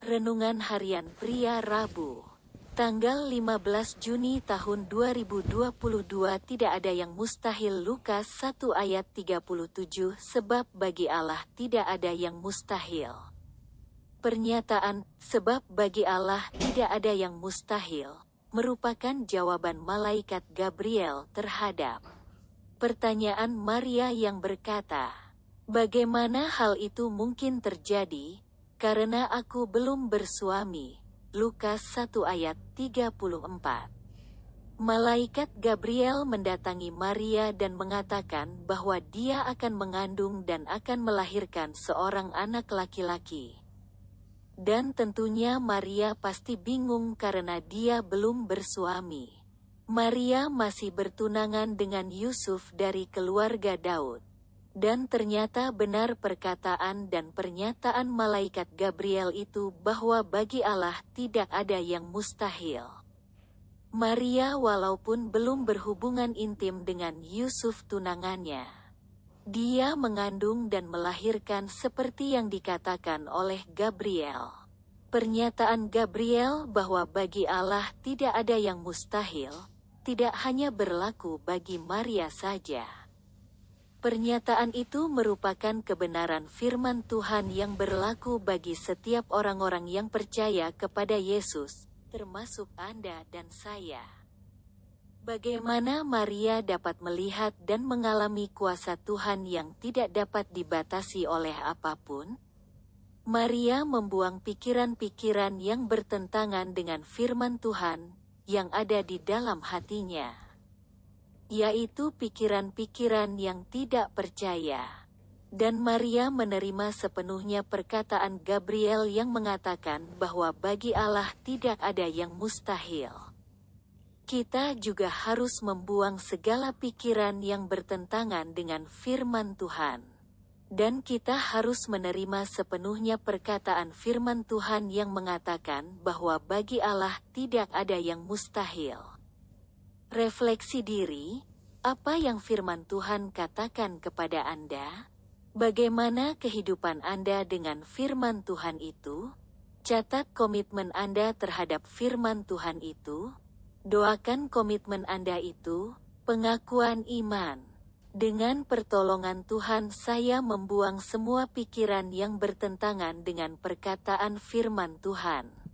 Renungan Harian Pria Rabu, tanggal 15 Juni tahun 2022. Tidak ada yang mustahil. Lukas 1 ayat 37. Sebab bagi Allah tidak ada yang mustahil. Pernyataan, sebab bagi Allah tidak ada yang mustahil, merupakan jawaban malaikat Gabriel terhadap pertanyaan Maria yang berkata, "Bagaimana hal itu mungkin terjadi, karena aku belum bersuami?" Lukas 1 ayat 34. Malaikat Gabriel mendatangi Maria dan mengatakan bahwa dia akan mengandung dan akan melahirkan seorang anak laki-laki. Dan tentunya Maria pasti bingung karena dia belum bersuami. Maria masih bertunangan dengan Yusuf dari keluarga Daud. Dan ternyata benar perkataan dan pernyataan malaikat Gabriel itu bahwa bagi Allah tidak ada yang mustahil. Maria walaupun belum berhubungan intim dengan Yusuf tunangannya, dia mengandung dan melahirkan seperti yang dikatakan oleh Gabriel. Pernyataan Gabriel bahwa bagi Allah tidak ada yang mustahil, tidak hanya berlaku bagi Maria saja. Pernyataan itu merupakan kebenaran firman Tuhan yang berlaku bagi setiap orang-orang yang percaya kepada Yesus, termasuk Anda dan saya. Bagaimana Maria dapat melihat dan mengalami kuasa Tuhan yang tidak dapat dibatasi oleh apapun? Maria membuang pikiran-pikiran yang bertentangan dengan firman Tuhan yang ada di dalam hatinya, yaitu pikiran-pikiran yang tidak percaya. Dan Maria menerima sepenuhnya perkataan Gabriel yang mengatakan bahwa bagi Allah tidak ada yang mustahil. Kita juga harus membuang segala pikiran yang bertentangan dengan firman Tuhan. Dan kita harus menerima sepenuhnya perkataan firman Tuhan yang mengatakan bahwa bagi Allah tidak ada yang mustahil. Refleksi diri, apa yang firman Tuhan katakan kepada Anda? Bagaimana kehidupan Anda dengan firman Tuhan itu? Catat komitmen Anda terhadap firman Tuhan itu. Doakan komitmen Anda itu, pengakuan iman. Dengan pertolongan Tuhan saya membuang semua pikiran yang bertentangan dengan perkataan firman Tuhan.